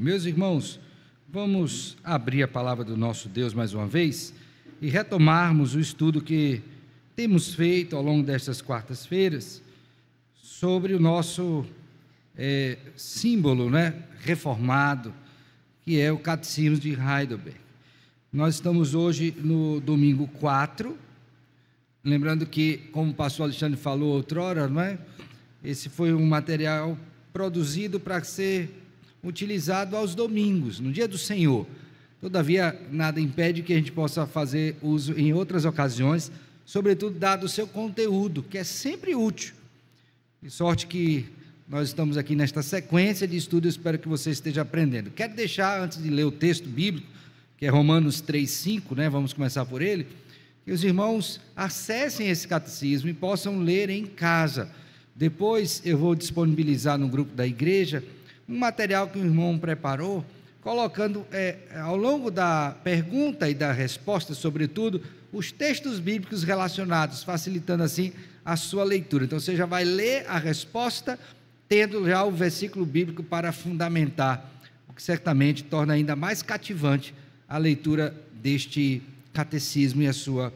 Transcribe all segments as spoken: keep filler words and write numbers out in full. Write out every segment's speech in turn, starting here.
Meus irmãos, vamos abrir a palavra do nosso Deus mais uma vez e retomarmos o estudo que temos feito ao longo destas quartas-feiras sobre o nosso é, símbolo, né, reformado, que é o Catecismo de Heidelberg. Nós estamos hoje no domingo quatro, lembrando que, como o pastor Alexandre falou outrora, não é? Esse foi um material produzido para ser utilizado aos domingos, no dia do Senhor. Todavia, nada impede que a gente possa fazer uso em outras ocasiões, sobretudo dado o seu conteúdo, que é sempre útil. De sorte que nós estamos aqui nesta sequência de estudos, espero que você esteja aprendendo. Quero deixar, antes de ler o texto bíblico, que é Romanos três, cinco, né? Vamos começar por ele, que os irmãos acessem esse catecismo e possam ler em casa. Depois eu vou disponibilizar no grupo da igreja um material que o irmão preparou, colocando é, ao longo da pergunta e da resposta, sobretudo, os textos bíblicos relacionados, facilitando assim a sua leitura. Então você já vai ler a resposta, tendo já o versículo bíblico para fundamentar, o que certamente torna ainda mais cativante a leitura deste catecismo e a sua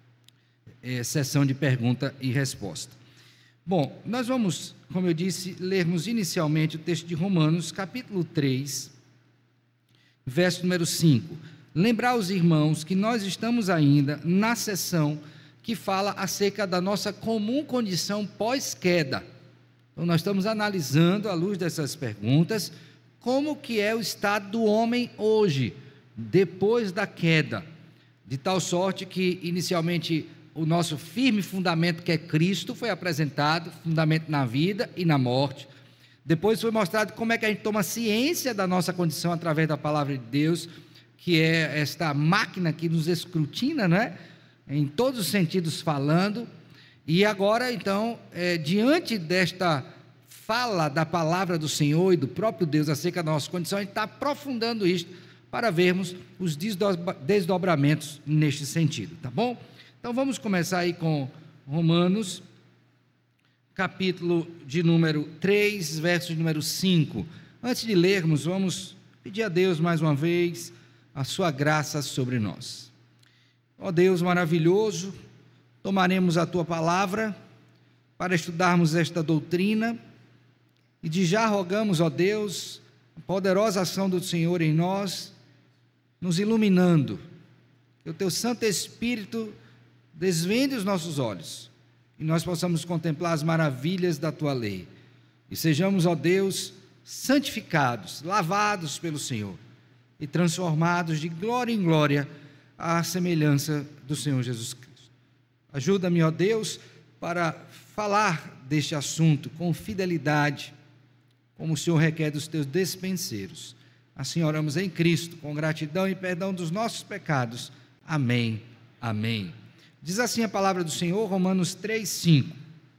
é, sessão de pergunta e resposta. Bom, nós vamos, como eu disse, lermos inicialmente o texto de Romanos, capítulo três, verso número cinco. Lembrar aos irmãos que nós estamos ainda na sessão que fala acerca da nossa comum condição pós-queda. Então, nós estamos analisando, à luz dessas perguntas, como que é o estado do homem hoje, depois da queda, de tal sorte que, inicialmente, o nosso firme fundamento, que é Cristo, foi apresentado, fundamento na vida e na morte. Depois foi mostrado como é que a gente toma ciência da nossa condição através da palavra de Deus, que é esta máquina que nos escrutina, não é? Em todos os sentidos falando. E agora, então, é, diante desta fala da palavra do Senhor e do próprio Deus acerca da nossa condição, a gente está aprofundando isto para vermos os desdobramentos neste sentido, tá bom? Então vamos começar aí com Romanos, capítulo de número três, verso de número cinco. Antes de lermos, vamos pedir a Deus mais uma vez a sua graça sobre nós. Ó Deus maravilhoso, tomaremos a tua palavra para estudarmos esta doutrina e de já rogamos, ó Deus, a poderosa ação do Senhor em nós, nos iluminando, que o teu Santo Espírito desvende os nossos olhos e nós possamos contemplar as maravilhas da tua lei e sejamos, ó Deus, santificados, lavados pelo Senhor e transformados de glória em glória à semelhança do Senhor Jesus Cristo. Ajuda-me, ó Deus, para falar deste assunto com fidelidade, como o Senhor requer dos teus despenseiros. Assim oramos em Cristo, com gratidão e perdão dos nossos pecados. Amém, amém. Diz assim a palavra do Senhor, Romanos três, cinco.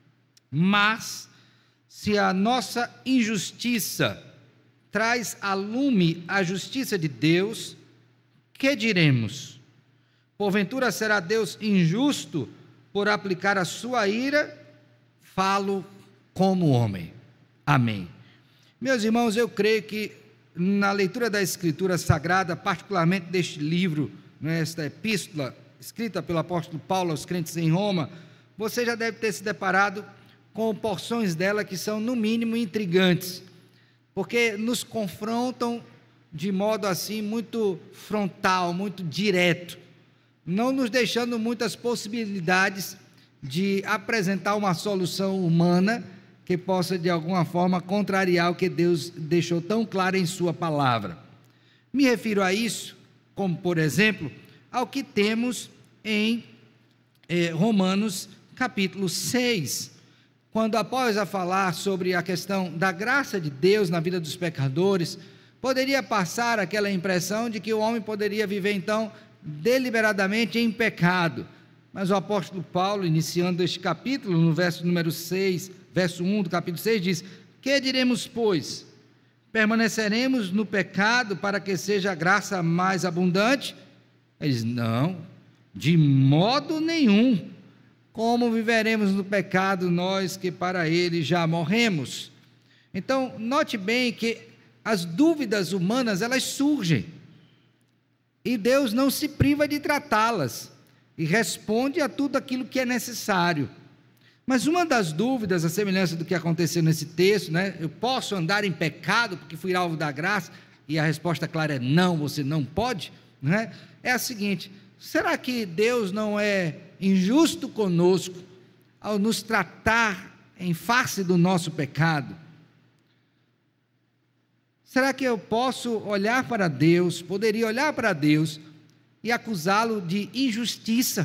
Mas, se a nossa injustiça traz a lume a justiça de Deus, que diremos? Porventura será Deus injusto por aplicar a sua ira? Falo como homem. Amém. Meus irmãos, eu creio que na leitura da Escritura Sagrada, particularmente deste livro, nesta epístola, escrita pelo apóstolo Paulo aos crentes em Roma, você já deve ter se deparado com porções dela que são, no mínimo, intrigantes, porque nos confrontam de modo assim, muito frontal, muito direto, não nos deixando muitas possibilidades de apresentar uma solução humana que possa, de alguma forma, contrariar o que Deus deixou tão claro em sua palavra. Me refiro a isso, como, por exemplo, ao que temos em eh, Romanos capítulo seis, quando após a falar sobre a questão da graça de Deus na vida dos pecadores, poderia passar aquela impressão de que o homem poderia viver então deliberadamente em pecado, mas o apóstolo Paulo, iniciando este capítulo, no verso número seis, verso um do capítulo seis, diz: que diremos, pois? Permaneceremos no pecado para que seja a graça mais abundante? Ele diz: não, de modo nenhum. Como viveremos no pecado nós que para ele já morremos? Então, note bem que as dúvidas humanas, elas surgem, e Deus não se priva de tratá-las, e responde a tudo aquilo que é necessário. Mas uma das dúvidas, a semelhança do que aconteceu nesse texto, né? Eu posso andar em pecado porque fui alvo da graça? E a resposta clara é não, você não pode, né? É a seguinte: será que Deus não é injusto conosco ao nos tratar em face do nosso pecado? Será que eu posso olhar para Deus, poderia olhar para Deus e acusá-lo de injustiça?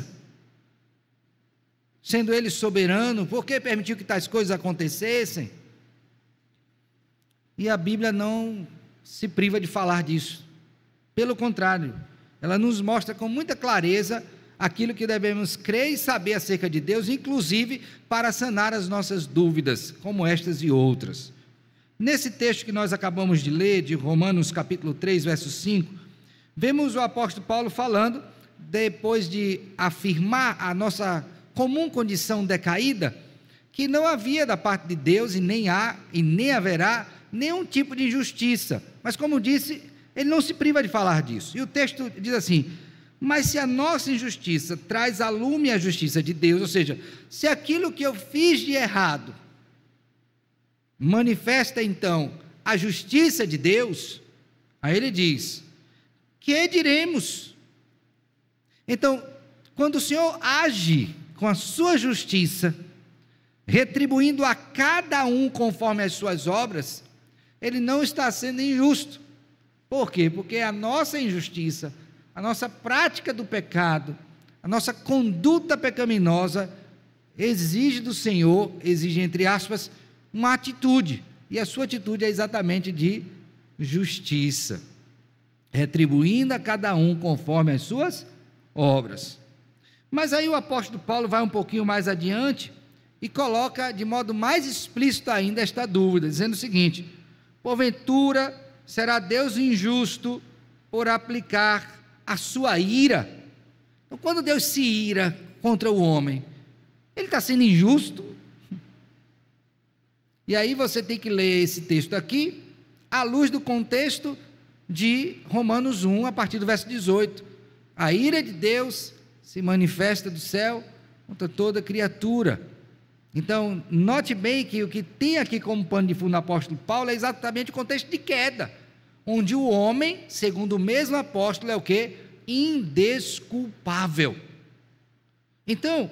Sendo Ele soberano, por que permitiu que tais coisas acontecessem? E a Bíblia não se priva de falar disso. Pelo contrário, ela nos mostra com muita clareza aquilo que devemos crer e saber acerca de Deus, inclusive para sanar as nossas dúvidas, como estas e outras. Nesse texto que nós acabamos de ler, de Romanos capítulo três, verso cinco, vemos o apóstolo Paulo falando, depois de afirmar a nossa comum condição decaída, que não havia da parte de Deus, e nem há, e nem haverá, nenhum tipo de injustiça. Mas como disse, ele não se priva de falar disso. E o texto diz assim: mas se a nossa injustiça traz a lume a justiça de Deus, ou seja, se aquilo que eu fiz de errado manifesta então a justiça de Deus, aí ele diz: que diremos? Então, quando o Senhor age com a sua justiça, retribuindo a cada um conforme as suas obras, Ele não está sendo injusto. Por quê? Porque a nossa injustiça, a nossa prática do pecado, a nossa conduta pecaminosa, exige do Senhor, exige entre aspas, uma atitude, e a sua atitude é exatamente de justiça, retribuindo a cada um conforme as suas obras. Mas aí o apóstolo Paulo vai um pouquinho mais adiante e coloca de modo mais explícito ainda esta dúvida, dizendo o seguinte: porventura será Deus injusto por aplicar a sua ira? Então, quando Deus se ira contra o homem, Ele está sendo injusto? E aí você tem que ler esse texto aqui à luz do contexto de Romanos um, a partir do verso dezoito. A ira de Deus se manifesta do céu contra toda criatura. Então, note bem que o que tem aqui como pano de fundo o apóstolo Paulo é exatamente o contexto de queda, onde o homem, segundo o mesmo apóstolo, é o quê? Indesculpável. Então,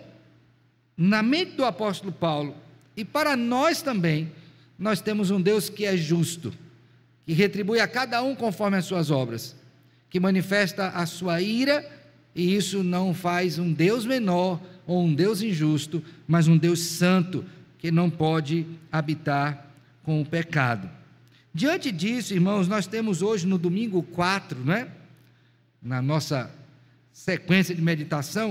na mente do apóstolo Paulo, e para nós também, nós temos um Deus que é justo, que retribui a cada um conforme as suas obras, que manifesta a sua ira, e isso não faz um Deus menor ou um Deus injusto, mas um Deus santo, que não pode habitar com o pecado. Diante disso, irmãos, nós temos hoje no domingo quatro, né, na nossa sequência de meditação,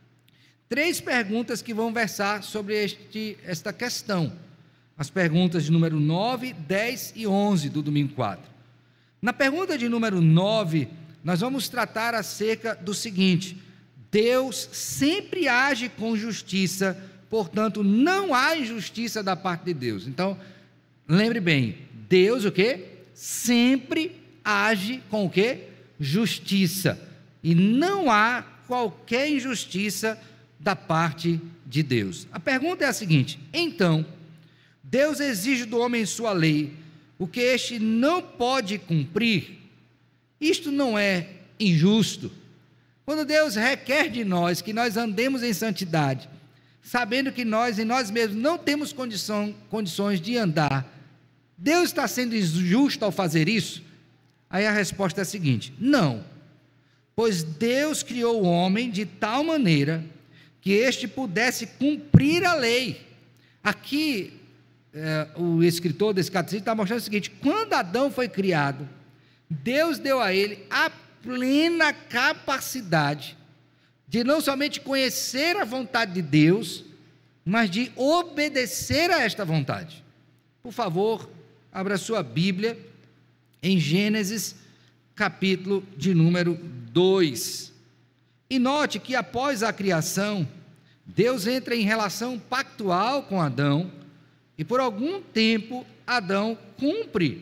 três perguntas que vão versar sobre este, esta questão. As perguntas de número nove, dez e onze do domingo quatro. Na pergunta de número nove, nós vamos tratar acerca do seguinte: Deus sempre age com justiça, portanto, não há injustiça da parte de Deus. Então, lembre bem, Deus o quê? Sempre age com o quê? Justiça. E não há qualquer injustiça da parte de Deus. A pergunta é a seguinte: então, Deus exige do homem sua lei, o que este não pode cumprir? Isto não é injusto? Quando Deus requer de nós que nós andemos em santidade, sabendo que nós em nós mesmos não temos condição, condições de andar, Deus está sendo injusto ao fazer isso? Aí a resposta é a seguinte: não, pois Deus criou o homem de tal maneira que este pudesse cumprir a lei. Aqui, é, o escritor desse catecismo está mostrando o seguinte: quando Adão foi criado, Deus deu a ele a plena capacidade de não somente conhecer a vontade de Deus, mas de obedecer a esta vontade. Por favor, abra sua Bíblia em Gênesis, capítulo de número dois. E note que após a criação, Deus entra em relação pactual com Adão, e por algum tempo Adão cumpre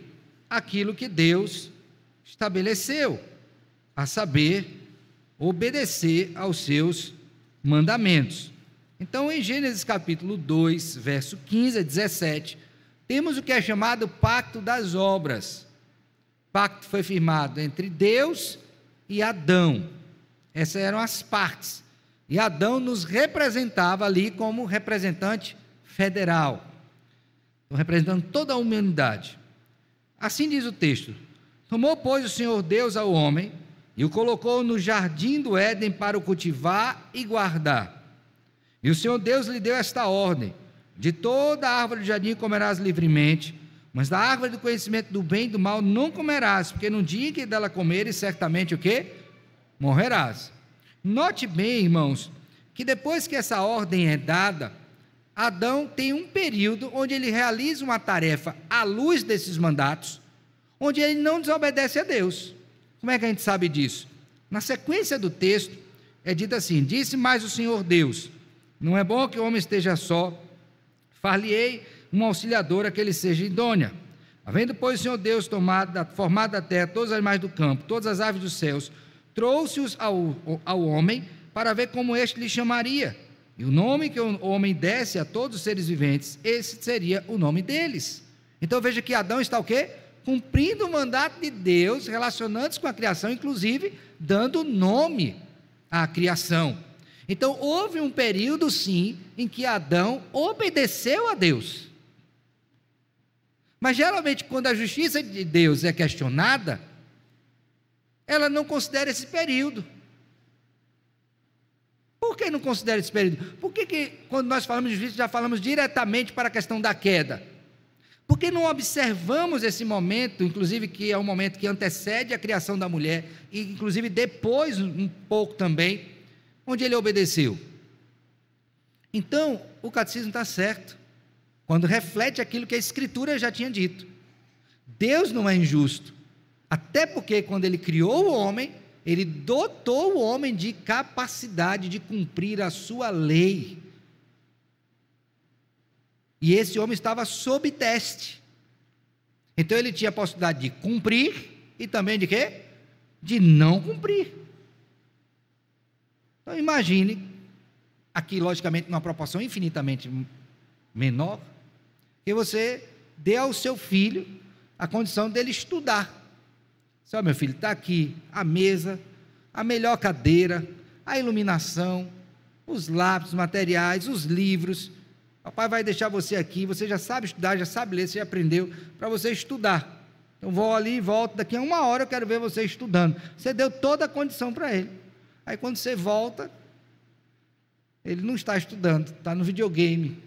aquilo que Deus estabeleceu, a saber, obedecer aos seus mandamentos. Então, em Gênesis capítulo dois, verso quinze a dezessete, temos o que é chamado pacto das obras. O pacto foi firmado entre Deus e Adão. Essas eram as partes. E Adão nos representava ali como representante federal, então, representando toda a humanidade. Assim diz o texto: tomou, pois, o Senhor Deus ao homem e o colocou no jardim do Éden para o cultivar e guardar. E o Senhor Deus lhe deu esta ordem: de toda a árvore do jardim comerás livremente, mas da árvore do conhecimento do bem e do mal não comerás, porque no dia em que dela comeres, certamente o quê? Morrerás. Note bem, irmãos, que depois que essa ordem é dada, Adão tem um período onde ele realiza uma tarefa à luz desses mandatos, onde ele não desobedece a Deus. Como é que a gente sabe disso? Na sequência do texto, é dito assim: disse mais o Senhor Deus: não é bom que o homem esteja só, far-lhe-ei uma auxiliadora que ele seja idônea. Havendo, pois, o Senhor Deus tomado, formado da terra todos os animais do campo, todas as aves dos céus, trouxe-os ao, ao homem para ver como este lhe chamaria. E o nome que o homem desse a todos os seres viventes, esse seria o nome deles. Então veja que Adão está o quê? Cumprindo o mandato de Deus, relacionando-se com a criação, inclusive dando nome à criação. Então houve um período, sim, em que Adão obedeceu a Deus. Mas geralmente quando a justiça de Deus é questionada, ela não considera esse período. Por que não considera esse período? Por que, que quando nós falamos de justiça, já falamos diretamente para a questão da queda? Por que não observamos esse momento, inclusive que é um momento que antecede a criação da mulher, e inclusive depois um pouco também, onde ele obedeceu? Então, o catecismo está certo, quando reflete aquilo que a Escritura já tinha dito. Deus não é injusto, até porque quando ele criou o homem, ele dotou o homem de capacidade de cumprir a sua lei. E esse homem estava sob teste. Então ele tinha a possibilidade de cumprir e também de quê? De não cumprir. Então imagine, aqui logicamente numa proporção infinitamente menor, que você dê ao seu filho a condição dele estudar. Só, meu filho, está aqui a mesa, a melhor cadeira, a iluminação, os lápis, os materiais, os livros. Papai vai deixar você aqui, você já sabe estudar, já sabe ler, você já aprendeu, para você estudar. Então vou ali e volto, daqui a uma hora eu quero ver você estudando. Você deu toda a condição para ele. Aí quando você volta, ele não está estudando, está no videogame.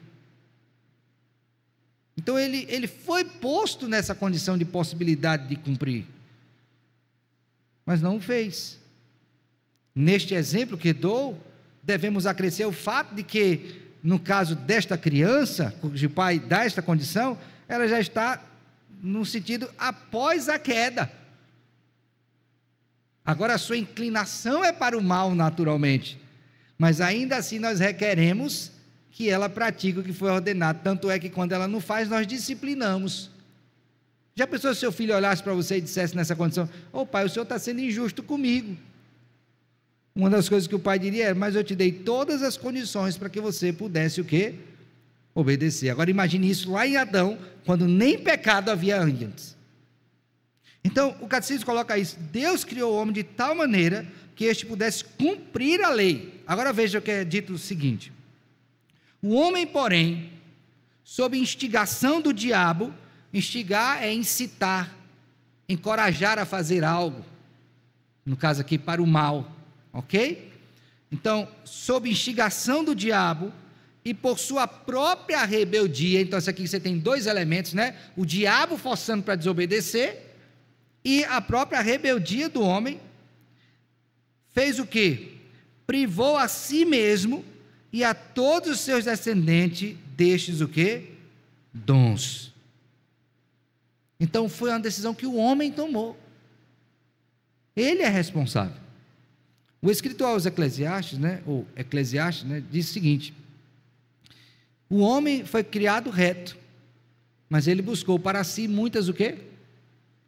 Então ele, ele foi posto nessa condição de possibilidade de cumprir, mas não o fez. Neste exemplo que dou, devemos acrescer o fato de que, no caso desta criança, cujo pai dá esta condição, ela já está no sentido após a queda. Agora a sua inclinação é para o mal naturalmente, mas ainda assim nós requeremos que ela pratique o que foi ordenado, tanto é que quando ela não faz, nós disciplinamos. Já pensou se seu filho olhasse para você e dissesse nessa condição: ô pai, o senhor está sendo injusto comigo? Uma das coisas que o pai diria é: mas eu te dei todas as condições para que você pudesse o quê? Obedecer. Agora imagine isso lá em Adão, quando nem pecado havia antes. Então o catecismo coloca isso: Deus criou o homem de tal maneira que este pudesse cumprir a lei. Agora veja o que é dito o seguinte: o homem, porém, sob instigação do diabo, instigar é incitar, encorajar a fazer algo, no caso aqui para o mal, ok? Então, sob instigação do diabo e por sua própria rebeldia, então isso aqui você tem dois elementos, né? O diabo forçando para desobedecer e a própria rebeldia do homem, fez o quê? Privou a si mesmo e a todos os seus descendentes destes o quê? Dons. Então foi uma decisão que o homem tomou. Ele é responsável. O escritor aos Eclesiastes, né, ou Eclesiastes, né, diz o seguinte: o homem foi criado reto, mas ele buscou para si muitas o quê?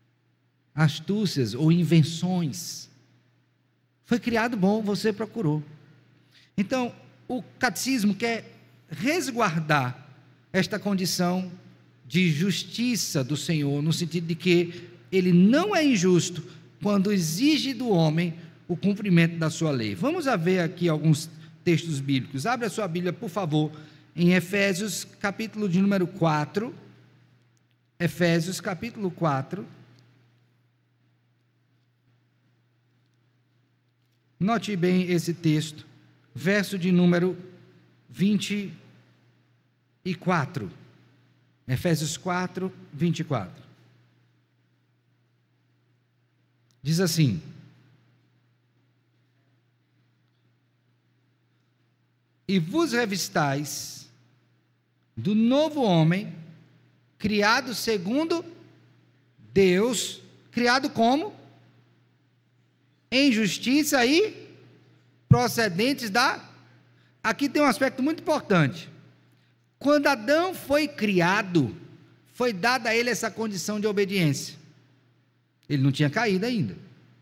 astúcias ou invenções. Foi criado bom, você procurou. Então, o catecismo quer resguardar esta condição de justiça do Senhor, no sentido de que ele não é injusto quando exige do homem o cumprimento da sua lei. Vamos a ver aqui alguns textos bíblicos. Abre a sua Bíblia, por favor, em Efésios, capítulo de número quatro. Efésios, capítulo quatro. Note bem esse texto, verso de número vinte e quatro. Efésios quatro, vinte e quatro. Diz assim: e vos revistais do novo homem, criado segundo Deus, criado como? Em justiça e procedentes da... Aqui tem um aspecto muito importante. Quando Adão foi criado, foi dada a ele essa condição de obediência. Ele não tinha caído ainda.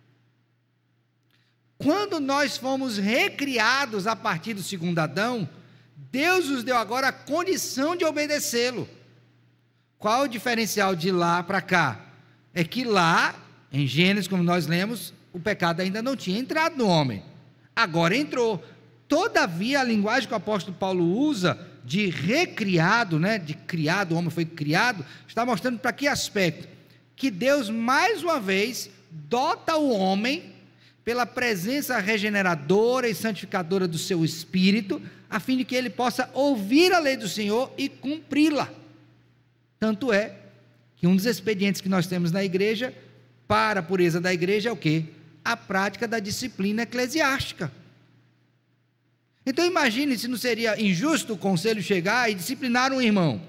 Quando nós fomos recriados a partir do segundo Adão, Deus nos deu agora a condição de obedecê-lo. Qual o diferencial de lá para cá? É que lá, em Gênesis, como nós lemos, o pecado ainda não tinha entrado no homem. Agora entrou. Todavia, a linguagem que o apóstolo Paulo usa de recriado, né, de criado, o homem foi criado, está mostrando para que aspecto? Que Deus, mais uma vez, dota o homem pela presença regeneradora e santificadora do seu Espírito, a fim de que ele possa ouvir a lei do Senhor e cumpri-la. Tanto é que um dos expedientes que nós temos na igreja, para a pureza da igreja, é o quê? A prática da disciplina eclesiástica. Então imagine se não seria injusto o conselho chegar e disciplinar um irmão.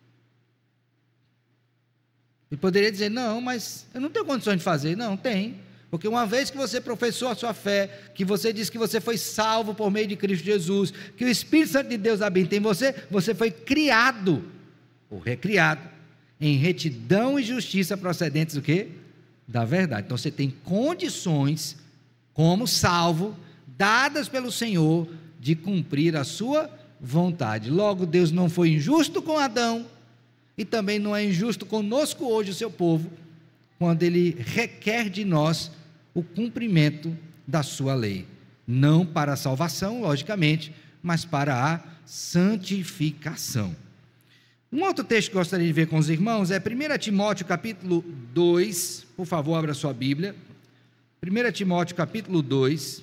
Ele poderia dizer: não, mas eu não tenho condições de fazer. Não, tem. Porque uma vez que você professou a sua fé, que você disse que você foi salvo por meio de Cristo Jesus, que o Espírito Santo de Deus habita em você, você foi criado, ou recriado, em retidão e justiça procedentes do quê? Da verdade. Então você tem condições, como salvo, dadas pelo Senhor, de cumprir a sua vontade. Logo, Deus não foi injusto com Adão, e também não é injusto conosco hoje, o seu povo, quando Ele requer de nós o cumprimento da sua lei. Não para a salvação, logicamente, mas para a santificação. Um outro texto que eu gostaria de ver com os irmãos é primeiro Timóteo capítulo dois, por favor, abra sua Bíblia. primeiro Timóteo capítulo dois.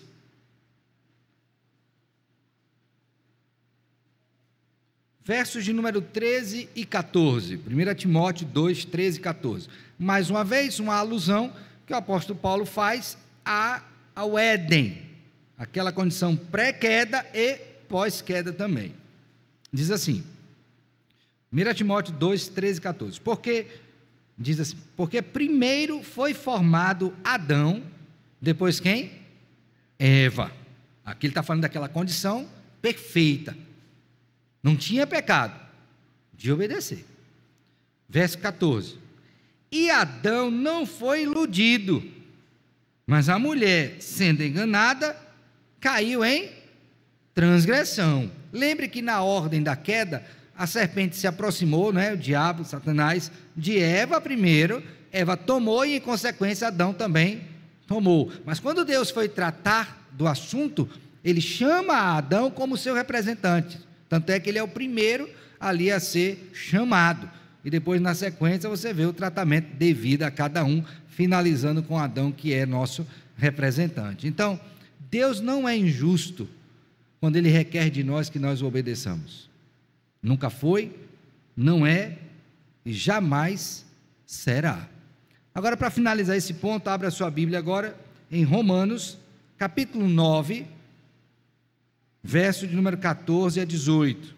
Versos de número treze e quatorze. primeiro Timóteo dois, treze e quatorze. Mais uma vez, uma alusão que o apóstolo Paulo faz a, ao Éden, aquela condição pré-queda e pós-queda também. Diz assim, primeiro Timóteo dois, treze e quatorze. Porque, diz assim, porque primeiro foi formado Adão, depois quem? Eva. Aqui ele está falando daquela condição perfeita. Não tinha pecado de obedecer. Verso quatorze. E Adão não foi iludido, mas a mulher, sendo enganada, caiu em transgressão. Lembre que na ordem da queda, a serpente se aproximou, né, o diabo, Satanás, de Eva primeiro, Eva tomou e em consequência Adão também tomou. Mas quando Deus foi tratar do assunto, ele chama Adão como seu representante. Tanto é que ele é o primeiro ali a ser chamado. E depois, na sequência, você vê o tratamento devido a cada um, finalizando com Adão, que é nosso representante. Então, Deus não é injusto quando Ele requer de nós que nós o obedeçamos. Nunca foi, não é e jamais será. Agora, para finalizar esse ponto, abra a sua Bíblia agora em Romanos, capítulo nove, verso de número quatorze a dezoito.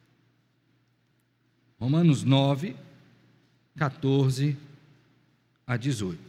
Romanos nove, quatorze a dezoito.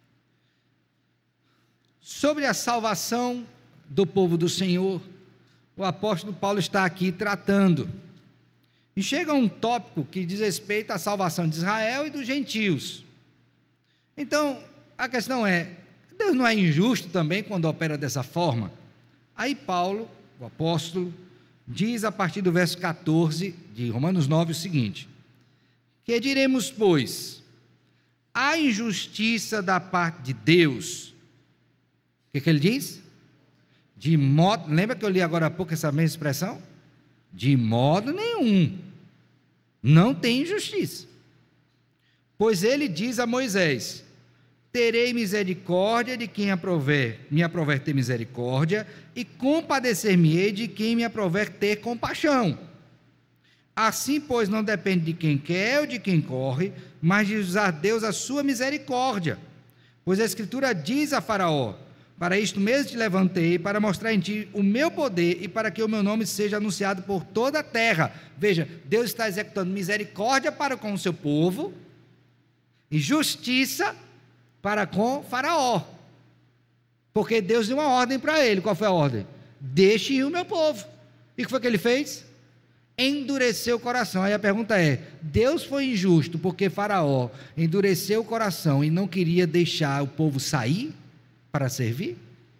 Sobre a salvação do povo do Senhor, o apóstolo Paulo está aqui tratando. E chega um tópico que diz respeito à salvação de Israel e dos gentios. Então, a questão é, Deus não é injusto também quando opera dessa forma? Aí Paulo, o apóstolo, diz a partir do verso catorze de Romanos nove o seguinte: que diremos, pois? A injustiça da parte de Deus. O que, que ele diz? De modo, lembra que eu li agora há pouco essa mesma expressão? De modo nenhum, não tem injustiça. Pois ele diz a Moisés: terei misericórdia de quem aprover, me aprover ter misericórdia, e compadecer-me-ei de quem me aprover ter compaixão. Assim, pois, não depende de quem quer ou de quem corre, mas de usar Deus a sua misericórdia. Pois a Escritura diz a Faraó: para isto mesmo te levantei, para mostrar em ti o meu poder e para que o meu nome seja anunciado por toda a terra. Veja, Deus está executando misericórdia para com o seu povo e justiça para com Faraó, porque Deus deu uma ordem para ele. Qual foi a ordem? Deixe ir o meu povo. E o que foi que ele fez? Endureceu o coração. Aí a pergunta é: Deus foi injusto porque Faraó endureceu o coração e não queria deixar o povo sair para servir?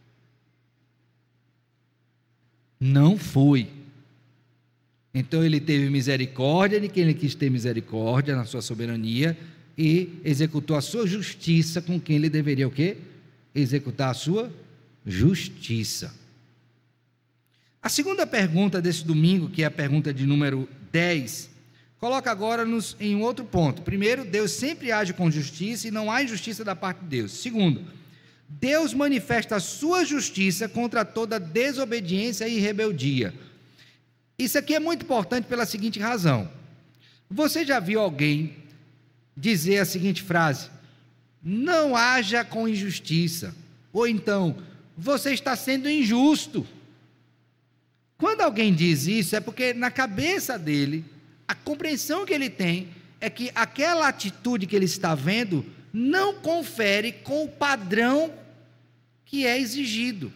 Não foi. Então ele teve misericórdia de quem ele quis ter misericórdia na sua soberania e executou a sua justiça com quem ele deveria o quê? Executar a sua justiça. A segunda pergunta desse domingo, que é a pergunta de número dez, coloca agora-nos em um outro ponto. Primeiro, Deus sempre age com justiça e não há injustiça da parte de Deus. Segundo, Deus manifesta a sua justiça contra toda desobediência e rebeldia. Isso aqui é muito importante pela seguinte razão: você já viu alguém dizer a seguinte frase: não haja com injustiça, ou então, você está sendo injusto? Quando alguém diz isso, é porque na cabeça dele, a compreensão que ele tem é que aquela atitude que ele está vendo não confere com o padrão que é exigido.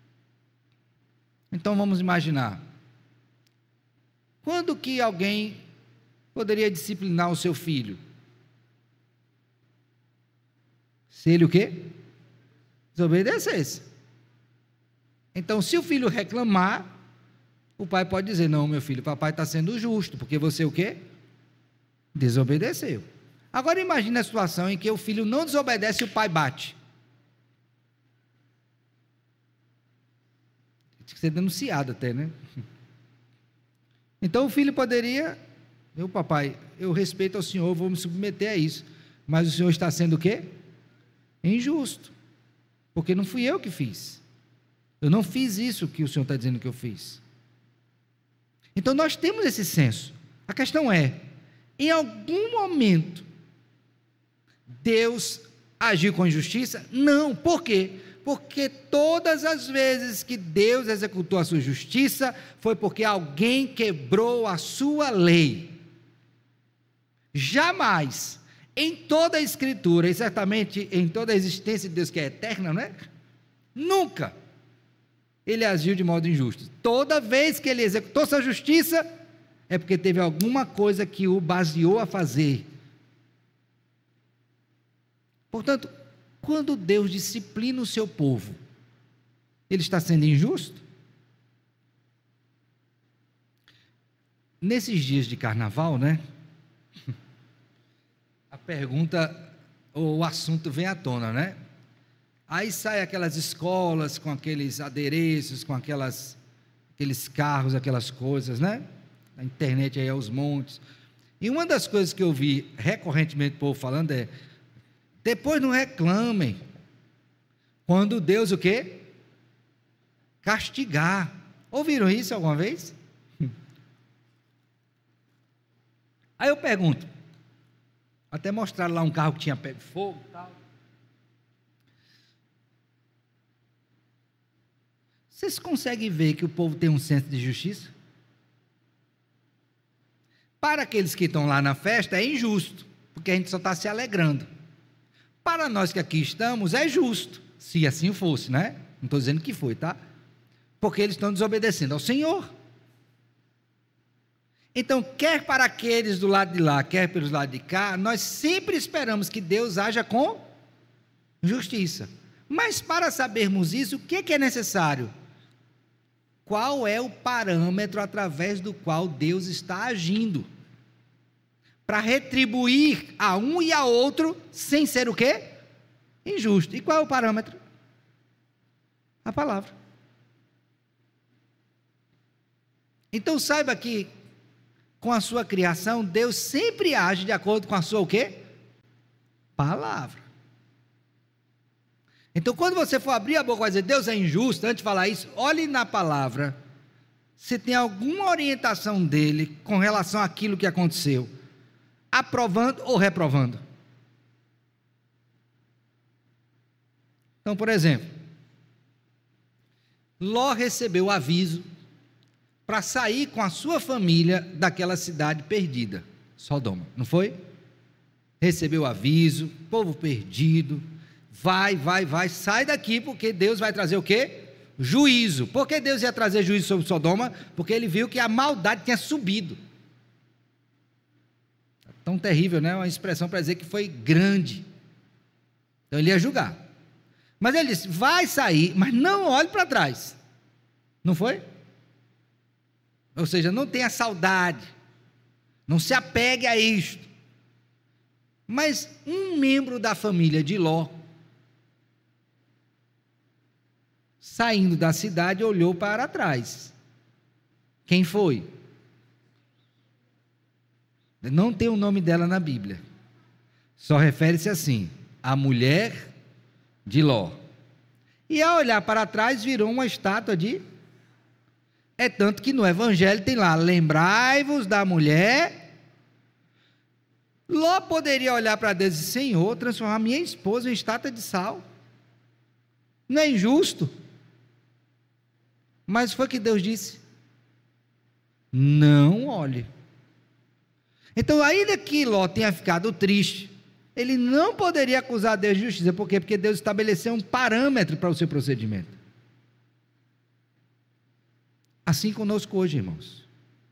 Então vamos imaginar, quando que alguém poderia disciplinar o seu filho? Se ele o quê? Desobedecesse. Então, se o filho reclamar, o pai pode dizer: não, meu filho, papai está sendo justo, porque você o quê? Desobedeceu. Agora imagine a situação em que o filho não desobedece e o pai bate. Tinha que ser denunciado até, né? Então o filho poderia: meu papai, eu respeito ao senhor, vou me submeter a isso, mas o senhor está sendo o quê? Injusto, porque não fui eu que fiz, eu não fiz isso que o senhor está dizendo que eu fiz. Então nós temos esse senso. A questão é, em algum momento Deus agiu com injustiça? Não. Por quê? Porque todas as vezes que Deus executou a sua justiça, foi porque alguém quebrou a sua lei. Jamais, em toda a Escritura, e certamente em toda a existência de Deus, que é eterna, não é? Nunca ele agiu de modo injusto. Toda vez que ele executou sua justiça, é porque teve alguma coisa que o baseou a fazer. Portanto, quando Deus disciplina o seu povo, ele está sendo injusto? Nesses dias de carnaval, né? A pergunta, ou o assunto vem à tona, né? Aí sai aquelas escolas com aqueles adereços, com aquelas, aqueles carros, aquelas coisas, né? Na internet aí aos montes. E uma das coisas que eu vi recorrentemente o povo falando é: depois não reclamem, quando Deus o quê? Castigar. Ouviram isso alguma vez? Aí eu pergunto, até mostraram lá um carro que tinha pego fogo e tal. Vocês conseguem ver que o povo tem um senso de justiça? Para aqueles que estão lá na festa é injusto, porque a gente só está se alegrando. Para nós que aqui estamos é justo, se assim fosse, né? Não estou dizendo que foi, tá? Porque eles estão desobedecendo ao Senhor. Então, quer para aqueles do lado de lá, quer pelos lados de cá, nós sempre esperamos que Deus haja com justiça. Mas para sabermos isso, o que, que é necessário? Qual é o parâmetro através do qual Deus está agindo? Para retribuir a um e a outro, sem ser o quê? Injusto. E qual é o parâmetro? A palavra. Então saiba que, com a sua criação, Deus sempre age de acordo com a sua o quê? Palavra. Então, quando você for abrir a boca e vai dizer, Deus é injusto, antes de falar isso, olhe na palavra, se tem alguma orientação dele com relação àquilo que aconteceu, aprovando ou reprovando. Então, por exemplo, Ló recebeu o aviso para sair com a sua família daquela cidade perdida, Sodoma, não foi? Recebeu o aviso, povo perdido, vai, vai, vai, sai daqui, porque Deus vai trazer o quê? Juízo. Por que Deus ia trazer juízo sobre Sodoma? Porque ele viu que a maldade tinha subido. Tão terrível, né? Uma expressão para dizer que foi grande. Então ele ia julgar. Mas ele disse, vai sair, mas não olhe para trás. Não foi? Ou seja, não tenha saudade, não se apegue a isto. Mas um membro da família de Ló, saindo da cidade, olhou para trás. Quem foi? Não tem o nome dela na Bíblia, só refere-se assim, a mulher de Ló. E ao olhar para trás, virou uma estátua de... É tanto que no Evangelho tem lá, lembrai-vos da mulher. Ló poderia olhar para Deus e dizer, Senhor, transformar minha esposa em estátua de sal. Não é injusto? Mas foi que Deus disse, não olhe. Então, ainda que Ló tenha ficado triste, ele não poderia acusar Deus de justiça. Por quê? Porque Deus estabeleceu um parâmetro para o seu procedimento. Assim conosco hoje, irmãos.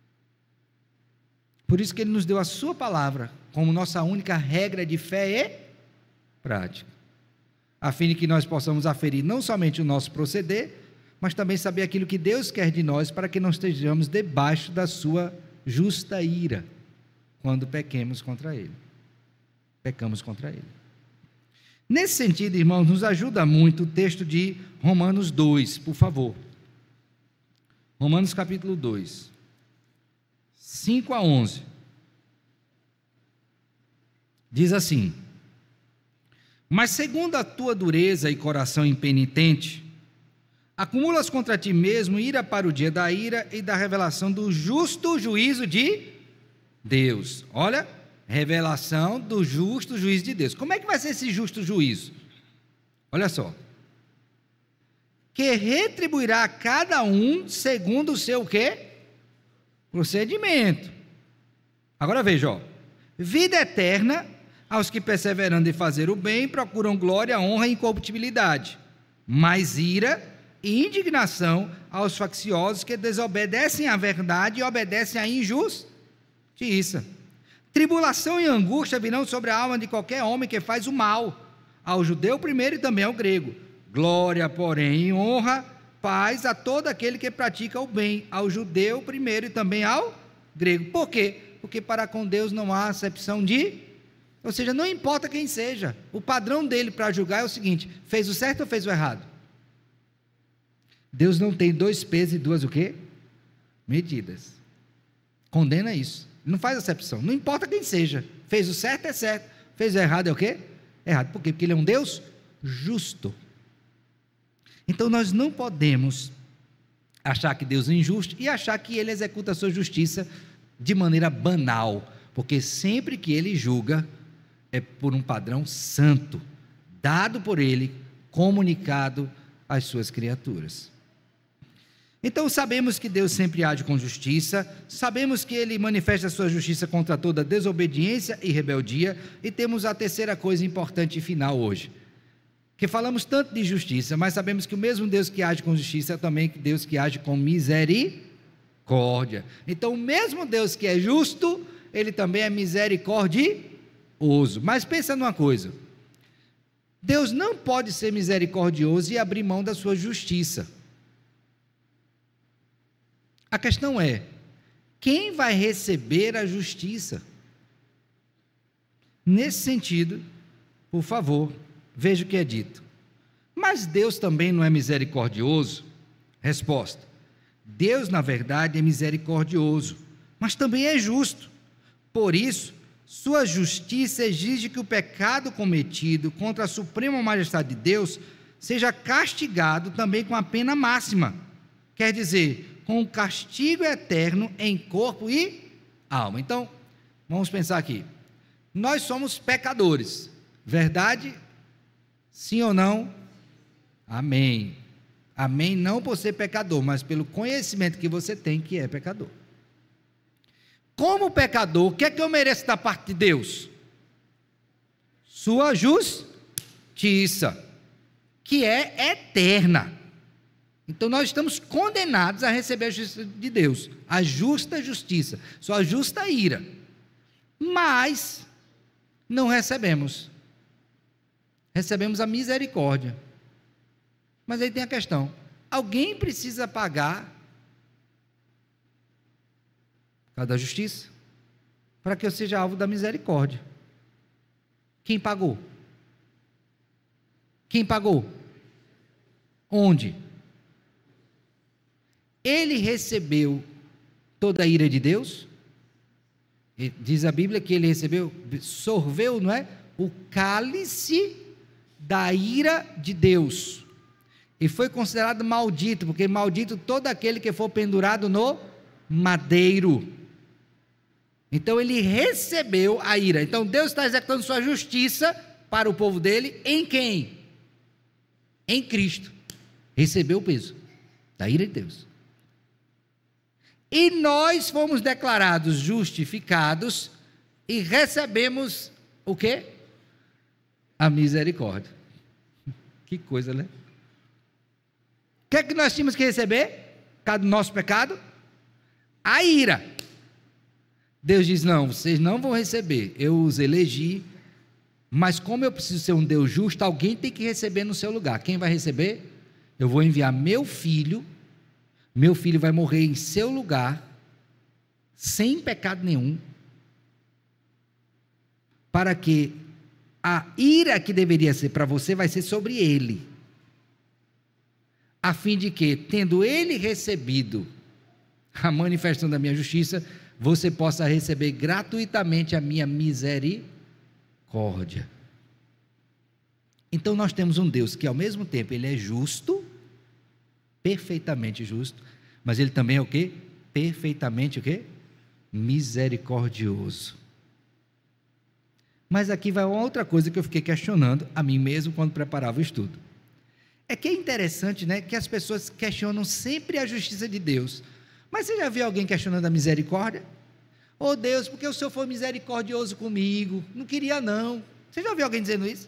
Por isso que Ele nos deu a sua palavra como nossa única regra de fé e prática, a fim de que nós possamos aferir não somente o nosso proceder, mas também saber aquilo que Deus quer de nós, para que não estejamos debaixo da sua justa ira, quando pequemos contra Ele. Pecamos contra Ele. Nesse sentido, irmãos, nos ajuda muito o texto de Romanos dois, por favor. Romanos capítulo dois, cinco a onze. Diz assim, mas segundo a tua dureza e coração impenitente, acumulas contra ti mesmo ira para o dia da ira e da revelação do justo juízo de Deus. Olha, revelação do justo juízo de Deus. Como é que vai ser esse justo juízo? Olha só. Que retribuirá a cada um segundo o seu quê? Procedimento. Agora veja, ó. Vida eterna aos que perseverando em fazer o bem procuram glória, honra e incorruptibilidade, mas ira e indignação aos facciosos que desobedecem à verdade e obedecem à injustiça. Tribulação e angústia virão sobre a alma de qualquer homem que faz o mal, ao judeu primeiro e também ao grego. Glória, porém, e honra, paz a todo aquele que pratica o bem, ao judeu primeiro e também ao grego. Por quê? Porque para com Deus não há acepção de... Ou seja, não importa quem seja, o padrão dele para julgar é o seguinte, fez o certo ou fez o errado? Deus não tem dois pesos e duas o quê? Medidas. Condena isso. Não faz acepção. Não importa quem seja. Fez o certo é certo. Fez o errado é o quê? Errado. Por quê? Porque Ele é um Deus justo. Então nós não podemos achar que Deus é injusto e achar que Ele executa a sua justiça de maneira banal. Porque sempre que Ele julga, é por um padrão santo, dado por Ele, comunicado às suas criaturas. Então sabemos que Deus sempre age com justiça, sabemos que Ele manifesta a sua justiça contra toda desobediência e rebeldia, e temos a terceira coisa importante e final hoje, que falamos tanto de justiça, mas sabemos que o mesmo Deus que age com justiça é também Deus que age com misericórdia. Então o mesmo Deus que é justo, Ele também é misericordioso. Mas pensa numa coisa, Deus não pode ser misericordioso e abrir mão da sua justiça. A questão é, quem vai receber a justiça? Nesse sentido, por favor, veja o que é dito. Mas Deus também não é misericordioso? Resposta: Deus, na verdade, é misericordioso, mas também é justo. Por isso, sua justiça exige que o pecado cometido contra a suprema majestade de Deus seja castigado também com a pena máxima, quer dizer, com o castigo eterno em corpo e alma. Então, vamos pensar aqui. Nós somos pecadores, verdade? Sim ou não? Amém. Amém, não por ser pecador, mas pelo conhecimento que você tem que é pecador. Como pecador, o que é que eu mereço da parte de Deus? Sua justiça, que é eterna. Então nós estamos condenados a receber a justiça de Deus, a justa justiça, sua justa ira. Mas não recebemos. Recebemos a misericórdia. Mas aí tem a questão: alguém precisa pagar por causa da justiça para que eu seja alvo da misericórdia. Quem pagou? Quem pagou? Onde? Ele recebeu toda a ira de Deus? Diz a Bíblia que ele recebeu, sorveu, não é? O cálice da ira de Deus. E foi considerado maldito, porque maldito todo aquele que for pendurado no madeiro. Então ele recebeu a ira. Então Deus está executando sua justiça para o povo dele em quem? Em Cristo. Recebeu o peso da ira de Deus. E nós fomos declarados justificados e recebemos o quê? A misericórdia. Que coisa, né? O que é que nós tínhamos que receber? Por causa do nosso pecado? A ira. Deus diz: não, vocês não vão receber, eu os elegi, mas como eu preciso ser um Deus justo, alguém tem que receber no seu lugar. Quem vai receber? Eu vou enviar meu filho, meu filho vai morrer em seu lugar, sem pecado nenhum, para que a ira que deveria ser para você vai ser sobre ele, a fim de que, tendo ele recebido a manifestação da minha justiça, você possa receber gratuitamente a minha misericórdia. Então nós temos um Deus que ao mesmo tempo ele é justo, perfeitamente justo, mas ele também é o quê? Perfeitamente o quê? Misericordioso. Mas aqui vai uma outra coisa que eu fiquei questionando a mim mesmo quando preparava o estudo. É que é interessante, né, que as pessoas questionam sempre a justiça de Deus. Mas você já viu alguém questionando a misericórdia? Oh Deus, porque o Senhor foi misericordioso comigo? Não queria não. Você já viu alguém dizendo isso?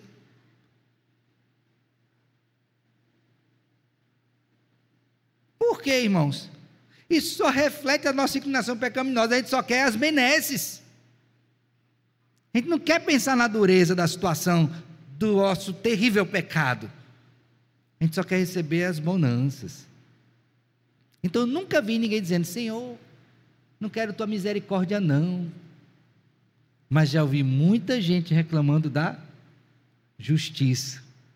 Por quê, irmãos? Isso só reflete a nossa inclinação pecaminosa. A gente só quer as benesses. A gente não quer pensar na dureza da situação do nosso terrível pecado. A gente só quer receber as bonanças. Então eu nunca vi ninguém dizendo: Senhor, não quero tua misericórdia não. Mas já ouvi muita gente reclamando da justiça.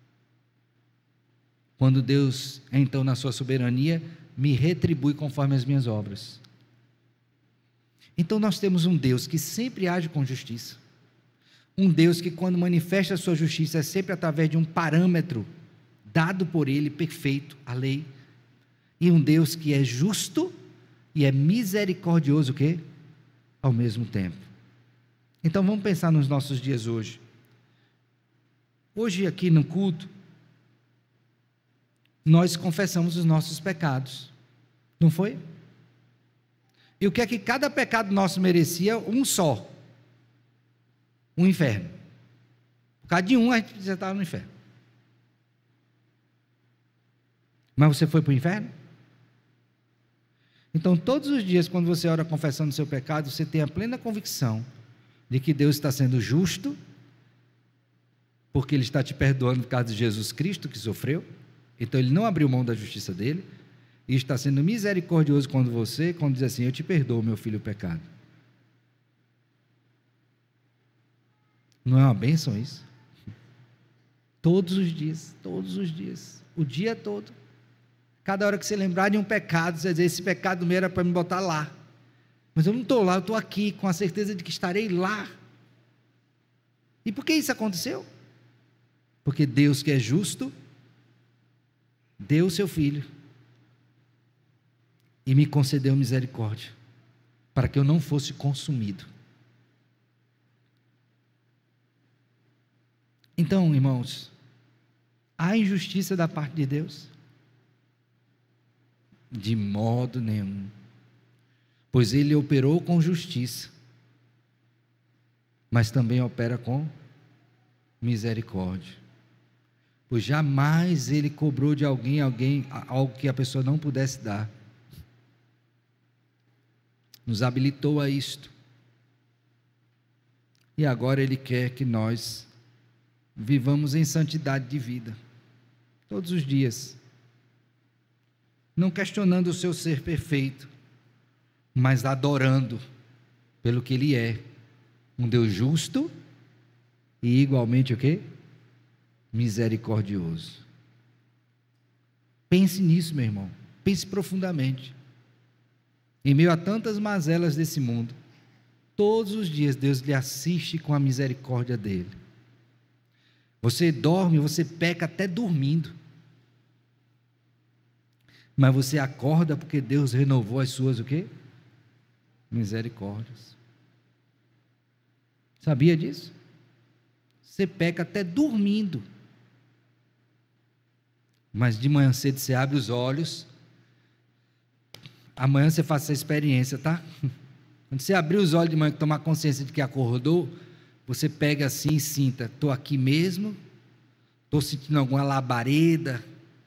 Quando Deus, então na sua soberania, me retribui conforme as minhas obras. Então nós temos um Deus que sempre age com justiça. Um Deus que, quando manifesta a sua justiça, é sempre através de um parâmetro dado por ele, perfeito, a lei. E um Deus que é justo e é misericordioso, o quê? Ao mesmo tempo. Então vamos pensar nos nossos dias hoje. Hoje aqui no culto, nós confessamos os nossos pecados, não foi? E o que é que cada pecado nosso merecia? Um só. Um inferno. Por causa de um, a gente já estava no inferno. Mas você foi para o inferno? Então, todos os dias, quando você ora confessando o seu pecado, você tem a plena convicção de que Deus está sendo justo, porque Ele está te perdoando por causa de Jesus Cristo que sofreu. Então Ele não abriu mão da justiça dele, e está sendo misericordioso com você, quando diz assim: eu te perdoo, meu filho, o pecado. Não é uma bênção isso? Todos os dias, todos os dias, o dia todo. Cada hora que você lembrar de um pecado, você dizer: esse pecado meu era para me botar lá, mas eu não estou lá, eu estou aqui, com a certeza de que estarei lá. E por que isso aconteceu? Porque Deus, que é justo, deu o seu Filho e me concedeu misericórdia, para que eu não fosse consumido. Então, irmãos, há injustiça da parte de Deus? De modo nenhum, pois Ele operou com justiça, mas também opera com misericórdia, pois jamais Ele cobrou de alguém, alguém algo que a pessoa não pudesse dar. Nos habilitou a isto, e agora Ele quer que nós vivamos em santidade de vida, todos os dias, não questionando o seu ser perfeito, mas adorando pelo que Ele é, um Deus justo e igualmente o quê? Misericordioso. Pense nisso, meu irmão, pense profundamente. Em meio a tantas mazelas desse mundo, todos os dias Deus lhe assiste com a misericórdia dele. Você dorme, você peca até dormindo, mas você acorda porque Deus renovou as suas o quê? Misericórdias. Sabia disso? Você peca até dormindo, mas de manhã cedo você abre os olhos. Amanhã você faz essa experiência, tá? Quando você abrir os olhos de manhã, tomar consciência de que acordou, você pega assim e sinta: estou aqui mesmo? Estou sentindo alguma labareda?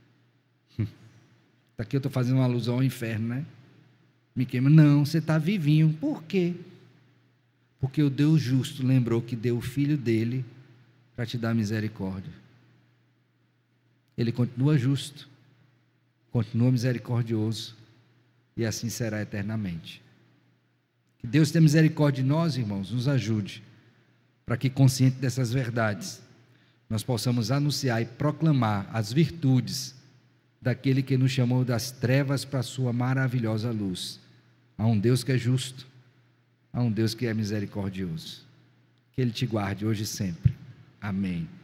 Aqui eu estou fazendo uma alusão ao inferno, né? Me queima. Não, você está vivinho. Por quê? Porque o Deus justo lembrou que deu o Filho dele para te dar misericórdia. Ele continua justo, continua misericordioso, e assim será eternamente. Que Deus tenha misericórdia de nós, irmãos, nos ajude, para que, consciente dessas verdades, nós possamos anunciar e proclamar as virtudes daquele que nos chamou das trevas para a sua maravilhosa luz. Há um Deus que é justo, há um Deus que é misericordioso. Que Ele te guarde hoje e sempre. Amém.